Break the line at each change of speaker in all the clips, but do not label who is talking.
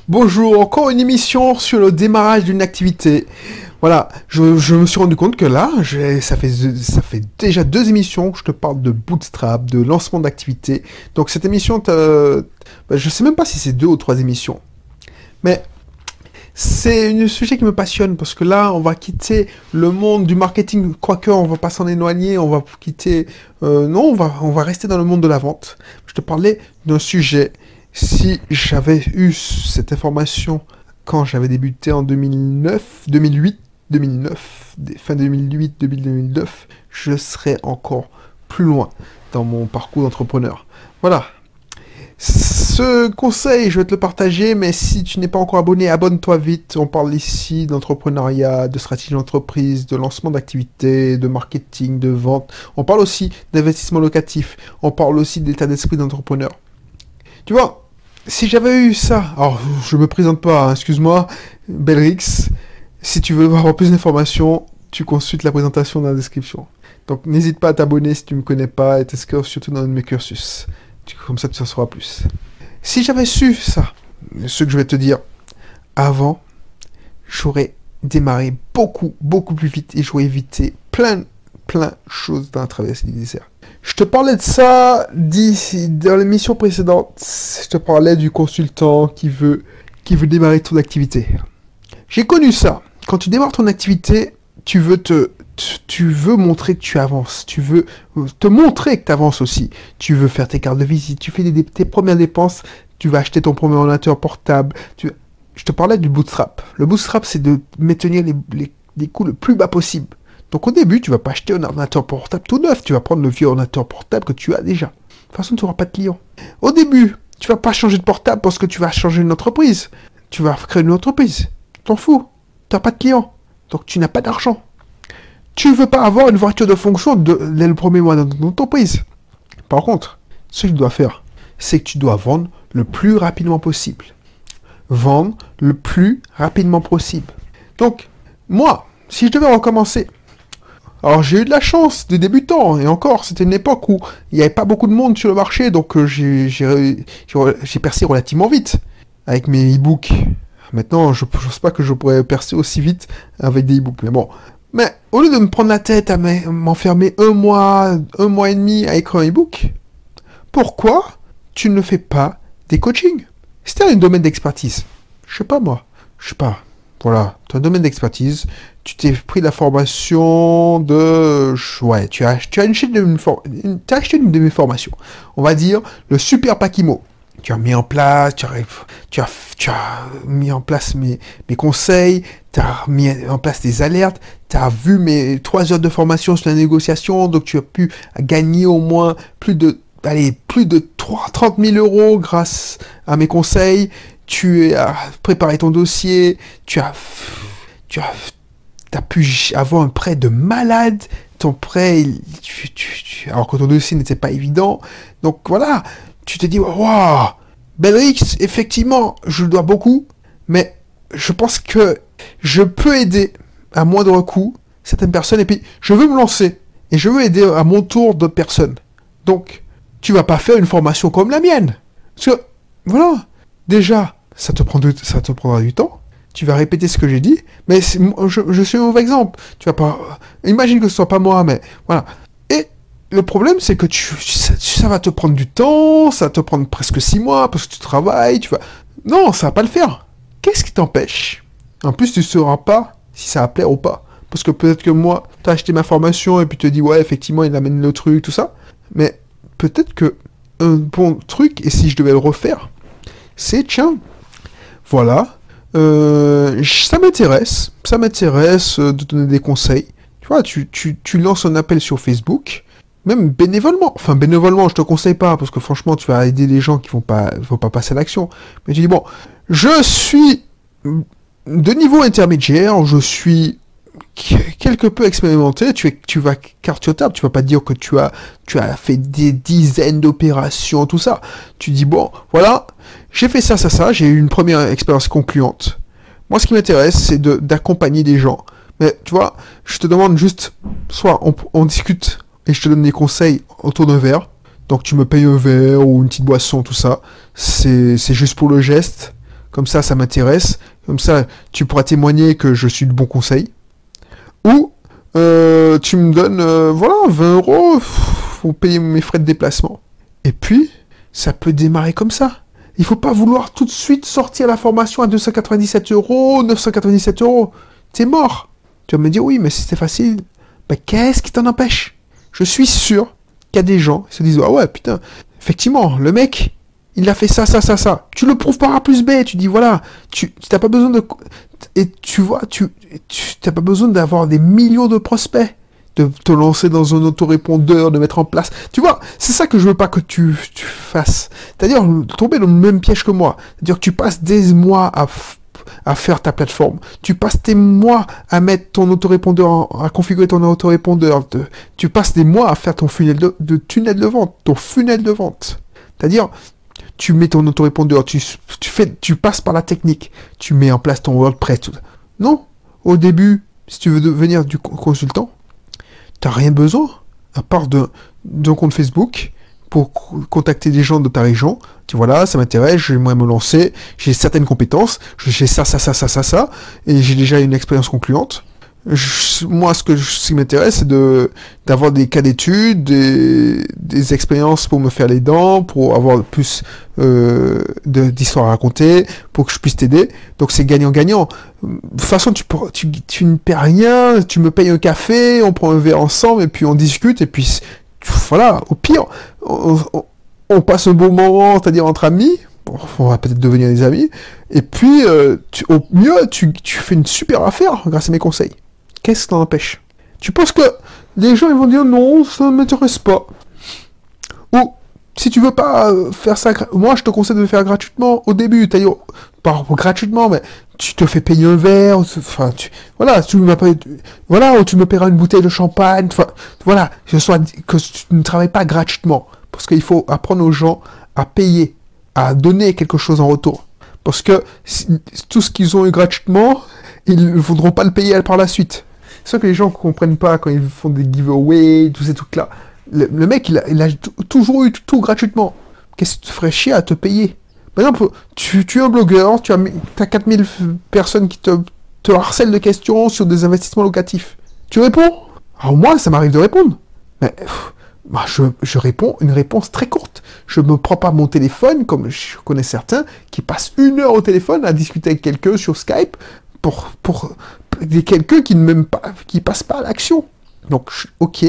Bonjour, encore une émission sur le démarrage d'une activité. Voilà, je me suis rendu compte que là, ça fait déjà 2 émissions que je te parle de bootstrap, de lancement d'activité. Donc cette émission, je sais même pas si c'est 2 ou 3 émissions. Mais c'est un sujet qui me passionne parce que là, on va quitter le monde du marketing, quoique on va pas s'en éloigner, on va quitter... non, on va rester dans le monde de la vente. Je te parlais d'un sujet. Si j'avais eu cette information quand j'avais débuté en 2009, fin 2008, 2009, je serais encore plus loin dans mon parcours d'entrepreneur. Voilà. Ce conseil, je vais te le partager, mais si tu n'es pas encore abonné, abonne-toi vite. On parle ici d'entrepreneuriat, de stratégie d'entreprise, de lancement d'activités, de marketing, de vente. On parle aussi d'investissement locatif. On parle aussi d'état d'esprit d'entrepreneur. Tu vois, si j'avais eu ça, alors je me présente pas, hein, excuse-moi, Belrix, si tu veux avoir plus d'informations, tu consultes la présentation dans la description. Donc n'hésite pas à t'abonner si tu ne me connais pas et t'inscrire surtout dans un de mes cursus. Comme ça tu en sauras plus. Si j'avais su ça, ce que je vais te dire, avant, j'aurais démarré beaucoup plus vite et j'aurais évité plein de choses dans la traversée du désert. Je te parlais de ça dans l'émission précédente. Je te parlais du consultant qui veut démarrer ton activité. J'ai connu ça. Quand tu démarres ton activité, tu veux montrer que tu avances. Tu veux te montrer que tu avances aussi. Tu veux faire tes cartes de visite. Tu fais tes premières dépenses. Tu vas acheter ton premier ordinateur portable. Je te parlais du bootstrap. Le bootstrap, c'est de maintenir les coûts le plus bas possible. Donc au début, tu vas pas acheter un ordinateur portable tout neuf, tu vas prendre le vieux ordinateur portable que tu as déjà. De toute façon, tu n'auras pas de clients. Au début, tu vas pas changer de portable parce que tu vas changer une entreprise. Tu vas créer une entreprise. T'en fous. Tu n'as pas de clients. Donc tu n'as pas d'argent. Tu veux pas avoir une voiture de fonction dès le premier mois dans ton entreprise. Par contre, ce que tu dois faire, c'est que tu dois vendre le plus rapidement possible. Vendre le plus rapidement possible. Donc, moi, si je devais recommencer, alors j'ai eu de la chance des débutants, et encore, c'était une époque où il n'y avait pas beaucoup de monde sur le marché, donc j'ai percé relativement vite avec mes e-books. Maintenant, je ne pense pas que je pourrais percer aussi vite avec des e-books, mais bon. Mais au lieu de me prendre la tête à m'enfermer un mois et demi à écrire un e-book, pourquoi tu ne fais pas des coachings? C'est un domaine d'expertise. Je sais pas moi. Voilà, tu as un domaine d'expertise, tu t'es pris la formation de... Ouais, tu as acheté une de mes formations. On va dire le Super Packimo. Tu as mis en place, tu as mis en place mes conseils, tu as mis en place des alertes, tu as vu mes 3 heures de formation sur la négociation, donc tu as pu gagner au moins plus de 30 000 euros grâce à mes conseils. Tu as préparé ton dossier, tu as pu avoir un prêt de malade, ton prêt, alors que ton dossier n'était pas évident. Donc voilà, tu te dis, waouh, Belrix, effectivement, je dois beaucoup, mais je pense que je peux aider à moindre coût certaines personnes, et puis je veux me lancer, et je veux aider à mon tour d'autres personnes. Donc, tu vas pas faire une formation comme la mienne. Parce que, voilà, déjà, ça te prendra du temps. Tu vas répéter ce que j'ai dit, mais je suis un mauvais exemple. Tu vas pas... Imagine que ce soit pas moi, mais voilà. Et le problème, c'est que ça va te prendre du temps, ça va te prendre presque 6 mois, parce que tu travailles, tu vas... Non, ça va pas le faire. Qu'est-ce qui t'empêche? En plus, tu sauras pas si ça va plaire ou pas. Parce que peut-être que moi, t'as acheté ma formation, et puis tu te dis, ouais, effectivement, il amène le truc, tout ça. Mais peut-être que un bon truc, et si je devais le refaire, c'est, tiens, voilà, ça m'intéresse de donner des conseils. Tu vois, tu lances un appel sur Facebook, même bénévolement. Enfin, bénévolement, je te conseille pas, parce que franchement, tu vas aider des gens qui vont pas passer à l'action. Mais tu dis, bon, je suis de niveau intermédiaire, je suis quelque peu expérimenté, tu vas carte sur table, tu vas pas dire que tu as fait des dizaines d'opérations, tout ça. Tu dis, bon, voilà, j'ai fait ça, j'ai eu une première expérience concluante. Moi, ce qui m'intéresse, c'est d'accompagner des gens. Mais, tu vois, je te demande juste, soit on discute et je te donne des conseils autour d'un verre. Donc, tu me payes un verre ou une petite boisson, tout ça. C'est juste pour le geste. comme ça m'intéresse, comme ça, tu pourras témoigner que je suis de bon conseil. Ou, tu me donnes, voilà, 20 euros pour payer mes frais de déplacement. Et puis, ça peut démarrer comme ça. Il faut pas vouloir tout de suite sortir la formation à 297 euros, 997 euros. T'es mort. Tu vas me dire, oui, mais si c'était facile, bah, qu'est-ce qui t'en empêche? Je suis sûr qu'il y a des gens qui se disent, ah ouais, putain, effectivement, le mec, il a fait ça. Tu le prouves par A plus B, tu dis, voilà, tu n'as pas besoin de... Et tu vois, tu n'as pas besoin d'avoir des millions de prospects, de te lancer dans un autorépondeur, de mettre en place... Tu vois, c'est ça que je veux pas que tu fasses. C'est-à-dire, tomber dans le même piège que moi. C'est-à-dire que tu passes des mois à faire ta plateforme. Tu passes des mois à mettre ton autorépondeur, à configurer ton autorépondeur. Tu passes des mois à faire ton tunnel de vente, ton funnel de vente. C'est-à-dire, tu mets ton autorépondeur, tu passes par la technique, tu mets en place ton WordPress, tout ça. Non, au début, si tu veux devenir du consultant, t'as rien besoin, à part d'un compte Facebook, pour contacter des gens de ta région. Tu vois, là, ça m'intéresse, j'aimerais me lancer, j'ai certaines compétences, j'ai ça, et j'ai déjà une expérience concluante. Moi, ce qui m'intéresse, c'est d'avoir des cas d'études, des expériences pour me faire les dents, pour avoir plus d'histoires à raconter, pour que je puisse t'aider. Donc c'est gagnant-gagnant. De toute façon, tu ne paies rien, tu me payes un café, on prend un verre ensemble, et puis on discute, et puis voilà, au pire, on passe un bon moment, c'est-à-dire entre amis. On va peut-être devenir des amis. Et puis, au mieux, tu fais une super affaire grâce à mes conseils. Qu'est-ce qui t'en empêche? Tu penses que les gens ils vont dire non, ça ne m'intéresse pas. Ou si tu veux pas faire ça, moi je te conseille de le faire gratuitement au début. C'est-à-dire, pas gratuitement, mais tu te fais payer un verre. Enfin, voilà, voilà, ou tu me paieras une bouteille de champagne. Enfin, voilà, que tu ne travailles pas gratuitement, parce qu'il faut apprendre aux gens à payer, à donner quelque chose en retour. Parce que tout ce qu'ils ont eu gratuitement, ils ne voudront pas le payer par la suite. C'est ça que les gens ne comprennent pas quand ils font des giveaways, tous ces trucs-là. Le mec, il a toujours eu tout gratuitement. Qu'est-ce que tu ferais chier à te payer? Par exemple, tu es un blogueur, tu as 4000 personnes qui te harcèlent de questions sur des investissements locatifs. Tu réponds? Alors moi, ça m'arrive de répondre. Mais moi, je réponds une réponse très courte. Je ne me prends pas mon téléphone, comme je connais certains, qui passent 1 heure au téléphone à discuter avec quelqu'un sur Skype pour quelqu'un qui ne m'aime pas, qui passe pas à l'action. Donc, ok,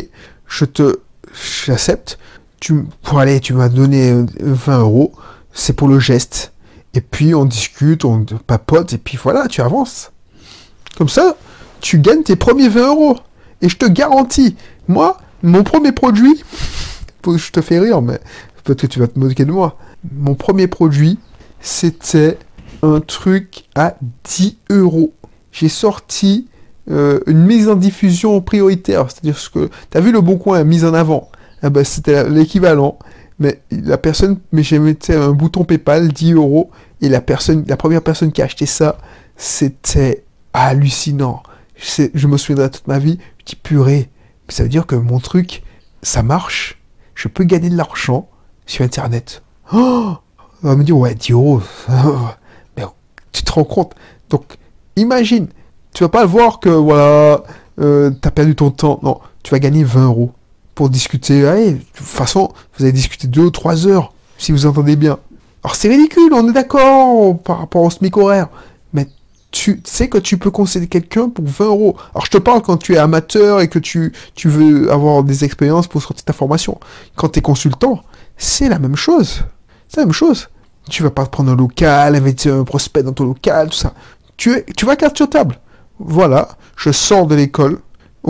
j'accepte. Tu m'as donné 20 euros, c'est pour le geste. Et puis, on discute, on papote, et puis voilà, tu avances. Comme ça, tu gagnes tes premiers 20 euros. Et je te garantis, moi, mon premier produit, je te fais rire, mais peut-être que tu vas te moquer de moi. Mon premier produit, c'était un truc à 10 euros. J'ai sorti une mise en diffusion prioritaire, c'est-à-dire que tu as vu le Bon Coin, mise en avant. Eh ben, c'était l'équivalent, mais j'ai mis un bouton PayPal, 10 euros, et la première personne qui a acheté ça, c'était hallucinant. Je me souviendrai toute ma vie, je dis purée, ça veut dire que mon truc, ça marche, je peux gagner de l'argent sur Internet. Oh, on va me dire, ouais, 10 euros, mais tu te rends compte. Donc, imagine, tu vas pas voir que, voilà, t'as perdu ton temps. Non, tu vas gagner 20 euros pour discuter. Allez, de toute façon, vous allez discuter 2 ou 3 heures, si vous entendez bien. Alors, c'est ridicule, on est d'accord par rapport au SMIC horaire, mais tu sais que tu peux conseiller quelqu'un pour 20 euros. Alors, je te parle quand tu es amateur et que tu veux avoir des expériences pour sortir ta formation. Quand tu es consultant, c'est la même chose. C'est la même chose. Tu vas pas te prendre un local, inviter un prospect dans ton local, tout ça. Tu vas carte sur table. Voilà, je sors de l'école.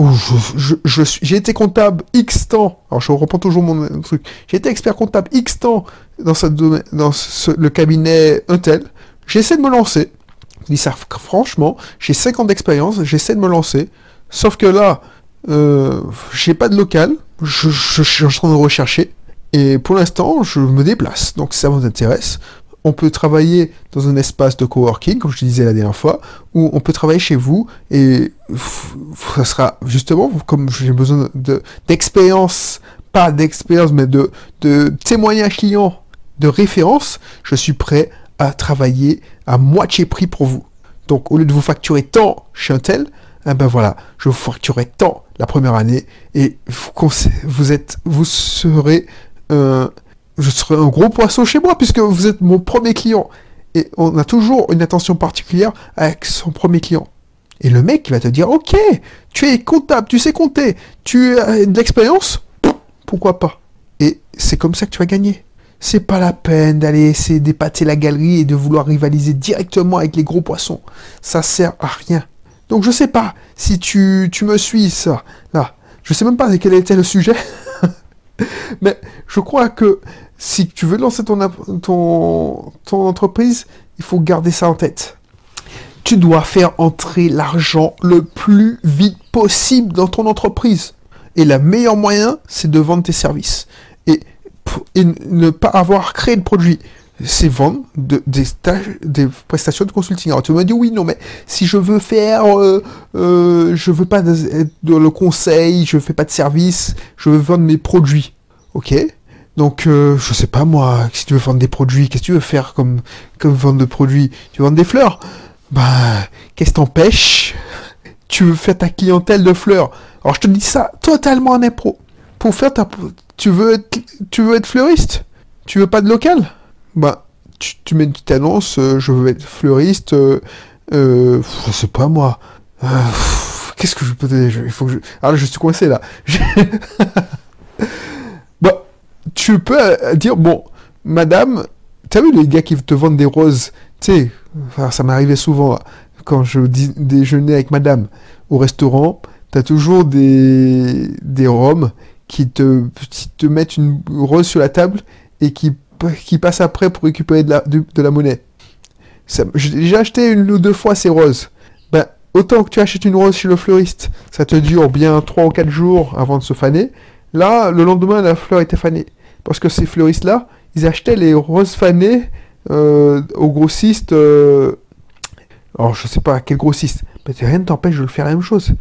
J'ai été comptable X temps. Alors, je reprends toujours mon truc. J'ai été expert comptable X temps dans le cabinet Intel. J'essaie de me lancer. Je dis ça franchement, j'ai 5 ans d'expérience, j'essaie de me lancer. Sauf que là, j'ai pas de local. Je suis en train de rechercher. Et pour l'instant, je me déplace. Donc, si ça vous intéresse, on peut travailler dans un espace de coworking, comme je te disais la dernière fois, où on peut travailler chez vous, et ça sera justement, comme j'ai besoin d'expérience, pas d'expérience, mais de témoignages clients, de référence, je suis prêt à travailler à moitié prix pour vous. Donc, au lieu de vous facturer tant chez un tel, eh ben voilà, je vous facturerai tant la première année et je serai un gros poisson chez moi puisque vous êtes mon premier client. Et on a toujours une attention particulière avec son premier client. Et le mec, il va te dire, ok, tu es comptable, tu sais compter, tu as de l'expérience, pourquoi pas? Et c'est comme ça que tu vas gagner. C'est pas la peine d'aller essayer d'épater la galerie et de vouloir rivaliser directement avec les gros poissons. Ça sert à rien. Donc je sais pas si tu me suis ça. Là, je sais même pas quel était le sujet. Mais je crois que si tu veux lancer ton entreprise, il faut garder ça en tête. Tu dois faire entrer l'argent le plus vite possible dans ton entreprise. Et le meilleur moyen, c'est de vendre tes services. Et ne pas avoir créé de produit. C'est vendre des prestations de consulting. Alors tu me dis oui, non, mais si je veux faire, je veux pas de le conseil, je fais pas de service, je veux vendre mes produits. Ok. Donc je sais pas moi, si tu veux vendre des produits, qu'est-ce que tu veux faire comme vendre de produits? Tu veux vendre des fleurs? Bah, qu'est-ce qui t'empêche? Tu veux faire ta clientèle de fleurs. Alors je te dis ça totalement en impro. Pour faire tu veux être fleuriste? Tu veux pas de local? Bah, tu mets une petite annonce, je veux être fleuriste, je sais pas moi. Qu'est-ce que je peux te dire? Il faut que Ah là, je suis coincé là. Bah, tu peux dire, bon, madame, t'as vu les gars qui te vendent des roses? Tu sais, enfin, ça m'arrivait souvent quand je déjeunais avec madame au restaurant, t'as toujours des roms qui te mettent une rose sur la table et qui passent après pour récupérer de la monnaie. J'ai déjà acheté une ou deux fois ces roses. Ben, autant que tu achètes une rose chez le fleuriste, ça te dure bien 3 ou 4 jours avant de se faner. Là, le lendemain, la fleur était fanée. Parce que ces fleuristes-là, ils achetaient les roses fanées aux grossistes. Alors, je sais pas quel grossiste. Mais rien ne t'empêche de le faire la même chose.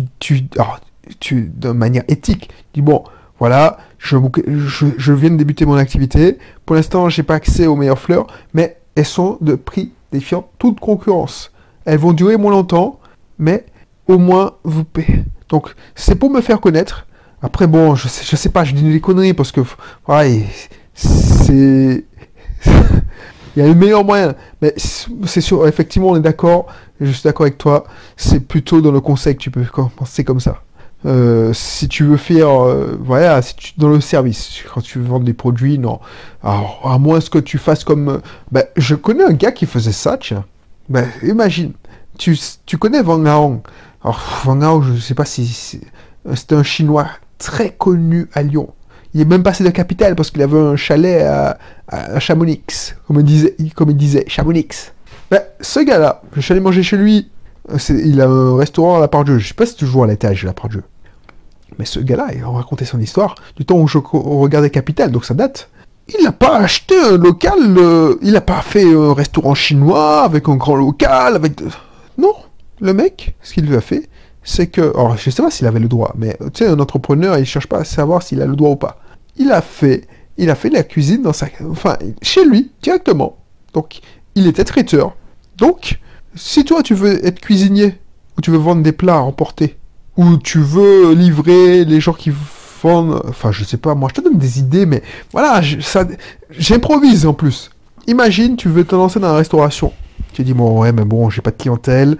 De manière éthique, dis bon, voilà, je viens de débuter mon activité. Pour l'instant, j'ai pas accès aux meilleures fleurs, mais elles sont de prix défiant toute concurrence. Elles vont durer moins longtemps, mais au moins vous payez. Donc, c'est pour me faire connaître. Après, bon, je sais pas, je dis des conneries parce que, ouais, c'est... Il y a le meilleur moyen. Mais c'est sûr, effectivement, on est d'accord. Je suis d'accord avec toi. C'est plutôt dans le conseil que tu peux commencer comme ça. Si tu veux faire, voilà, dans le service, quand tu veux vendre des produits, non. Alors, à moins que tu fasses comme, je connais un gars qui faisait ça, tiens. Imagine, tu connais Wang Hao. Alors, Wang Hao, je sais pas si c'était un Chinois très connu à Lyon. Il est même passé de capitale parce qu'il avait un chalet à Chamonix, comme il disait, Chamonix. Ce gars-là, je suis allé manger chez lui. Il a un restaurant à la Part-Dieu. Je sais pas si tu joues à l'étage de la Part-Dieu. Mais ce gars-là, il a raconté son histoire du temps où je regardais Capital, donc ça date. Il n'a pas acheté un local, il n'a pas fait un restaurant chinois avec un grand local, Non, le mec, ce qu'il lui a fait, c'est que... Alors, je sais pas s'il avait le droit, mais tu sais, un entrepreneur, il cherche pas à savoir s'il a le droit ou pas. Il a fait de la cuisine chez lui, directement. Donc, il était traiteur. Donc, si toi, tu veux être cuisinier, ou tu veux vendre des plats à emporter, ou tu veux livrer les gens qui vendent... Enfin, je sais pas, moi, je te donne des idées, mais voilà, j'improvise en plus. Imagine, tu veux te lancer dans la restauration. Tu dis, bon, ouais, mais bon, j'ai pas de clientèle,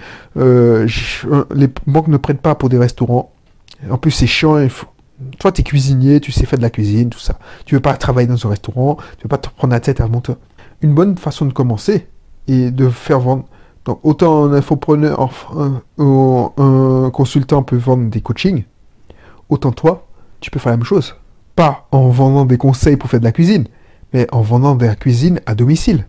les banques ne prêtent pas pour des restaurants. En plus, c'est chiant, toi, t'es cuisinier, tu sais faire de la cuisine, tout ça. Tu veux pas travailler dans un restaurant, tu veux pas te prendre la tête à monter. Une bonne façon de commencer, et de faire vendre... Donc, autant un infopreneur, un consultant peut vendre des coachings, autant toi, tu peux faire la même chose. Pas en vendant des conseils pour faire de la cuisine, mais en vendant de la cuisine à domicile.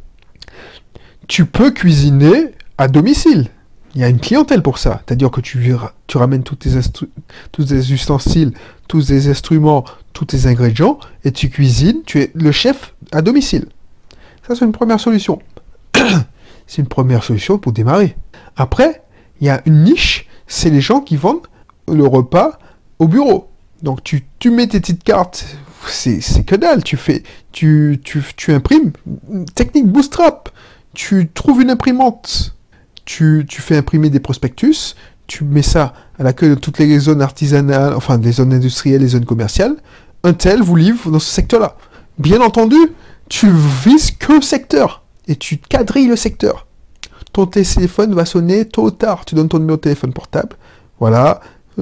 Tu peux cuisiner à domicile. Il y a une clientèle pour ça. C'est-à-dire que tu ramènes tous tes ustensiles, tous tes instruments, tous tes ingrédients, et tu cuisines, tu es le chef à domicile. Ça, c'est une première solution. C'est une première solution pour démarrer. Après, il y a une niche, c'est les gens qui vendent le repas au bureau. Donc, tu mets tes petites cartes, c'est que dalle. Tu imprimes, technique bootstrap. tu trouves une imprimante, tu fais imprimer des prospectus, tu mets ça à l'accueil de toutes les zones artisanales, enfin des zones industrielles, les zones commerciales. Un tel vous livre dans ce secteur-là. Bien entendu, tu vises que le secteur et tu quadrilles le secteur. Ton téléphone va sonner tôt ou tard. Tu donnes ton numéro de téléphone portable, voilà,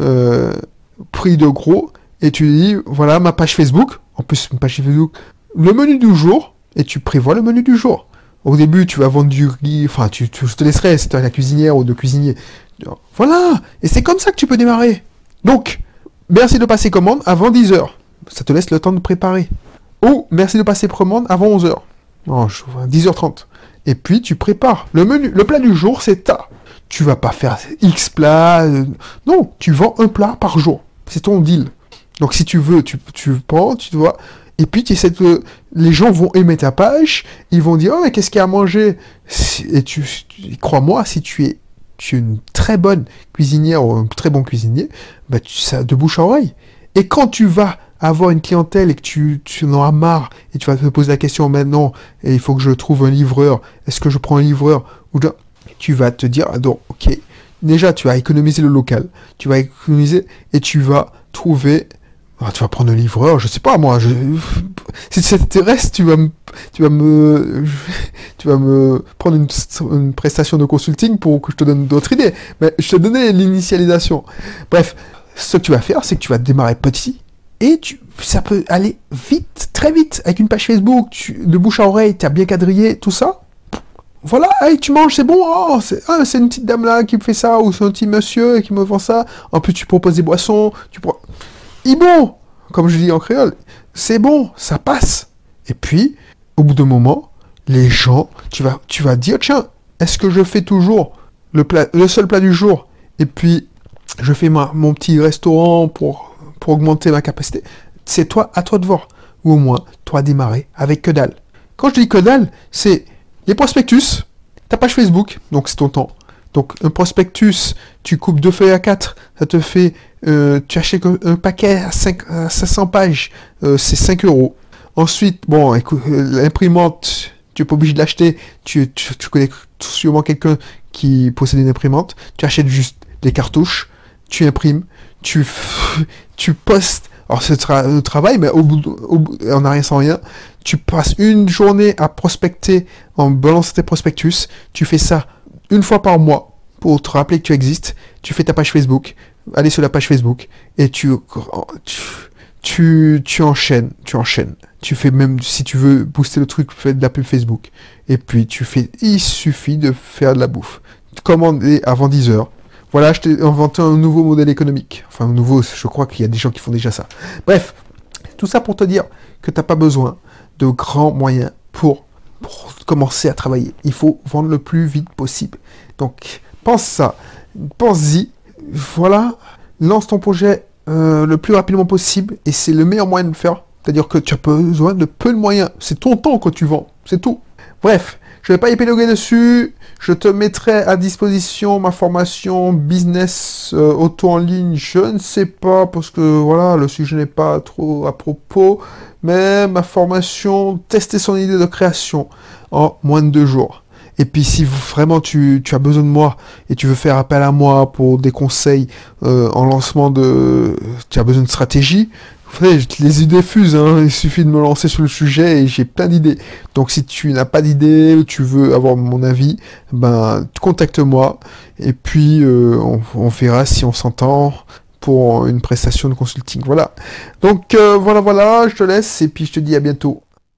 prix de gros, et tu dis, voilà ma page Facebook, en plus une page Facebook, le menu du jour, et tu prévois le menu du jour. Au début, tu vas vendre du riz, enfin, je te laisserai, si tu es la cuisinière ou de cuisinier. Voilà, et c'est comme ça que tu peux démarrer. Donc, merci de passer commande avant 10h. Ça te laisse le temps de préparer. Ou, merci de passer commande avant 11h. Non, 10h30. Et puis, tu prépares. Le menu, le plat du jour, c'est ta. Tu vas pas faire X plats. Non, tu vends un plat par jour. C'est ton deal. Donc, si tu veux, tu prends, tu vois. Et puis, tu essaies de... les gens vont aimer ta page. Ils vont dire, oh, mais qu'est-ce qu'il y a à manger? Et crois-moi, si tu es une très bonne cuisinière ou un très bon cuisinier, bah, ça de bouche à oreille. Et quand tu vas avoir une clientèle et que tu en as marre et tu vas te poser la question maintenant, et il faut que je trouve un livreur, est-ce que je prends un livreur ou tu vas te dire, ah non, ok, déjà tu vas économiser le local, tu vas économiser et tu vas trouver, tu vas prendre un livreur, je sais pas moi, si ça t'intéresse, tu vas me prendre une prestation de consulting pour que je te donne d'autres idées, mais je te donnais l'initialisation. Bref, ce que tu vas faire, c'est que tu vas démarrer petit. Et ça peut aller vite, très vite, avec une page Facebook, de bouche à oreille, tu as bien quadrillé, tout ça. Voilà, hey, tu manges, c'est bon, oh, c'est une petite dame là qui me fait ça, ou c'est un petit monsieur qui me vend ça. En plus, tu proposes des boissons, bon, comme je dis en créole, c'est bon, ça passe. Et puis, au bout d'un moment, les gens, tu vas dire, tiens, est-ce que je fais toujours le seul plat du jour, et puis je fais mon petit restaurant pour augmenter ma capacité, c'est à toi de voir. Ou au moins, toi démarrer avec que dalle. Quand je dis que dalle, c'est les prospectus, ta page Facebook, donc c'est ton temps. Donc un prospectus, tu coupes 2 feuilles à 4, ça te fait, tu achètes un paquet à 500 pages, c'est 5 euros. Ensuite, bon, écoute, l'imprimante, tu n'es pas obligé de l'acheter, tu connais sûrement quelqu'un qui possède une imprimante, tu achètes juste des cartouches, tu imprimes, tu postes, alors c'est le travail, mais on n'a rien sans rien, tu passes une journée à prospecter en balançant tes prospectus, tu fais ça une fois par mois pour te rappeler que tu existes, tu fais ta page Facebook, allez sur la page Facebook, et tu enchaînes, tu fais même, si tu veux booster le truc, fais de la pub Facebook, et puis il suffit de faire de la bouffe, commander avant 10h. Voilà, je t'ai inventé un nouveau modèle économique. Enfin, un nouveau, je crois qu'il y a des gens qui font déjà ça. Bref, tout ça pour te dire que tu n'as pas besoin de grands moyens pour commencer à travailler. Il faut vendre le plus vite possible. Donc, pense-y. Voilà, lance ton projet le plus rapidement possible et c'est le meilleur moyen de le faire. C'est-à-dire que tu as besoin de peu de moyens. C'est ton temps que tu vends, c'est tout. Bref, je ne vais pas épiloguer dessus. Je te mettrai à disposition ma formation business auto en ligne. Je ne sais pas parce que voilà, le sujet n'est pas trop à propos. Mais ma formation, tester son idée de création en moins de 2 jours. Et puis si vraiment tu as besoin de moi et tu veux faire appel à moi pour des conseils en lancement tu as besoin de stratégie, les idées fusent, hein. Il suffit de me lancer sur le sujet et j'ai plein d'idées. Donc si tu n'as pas d'idées ou tu veux avoir mon avis, contacte-moi et puis on verra si on s'entend pour une prestation de consulting. Voilà. Donc voilà, je te laisse et puis je te dis à bientôt.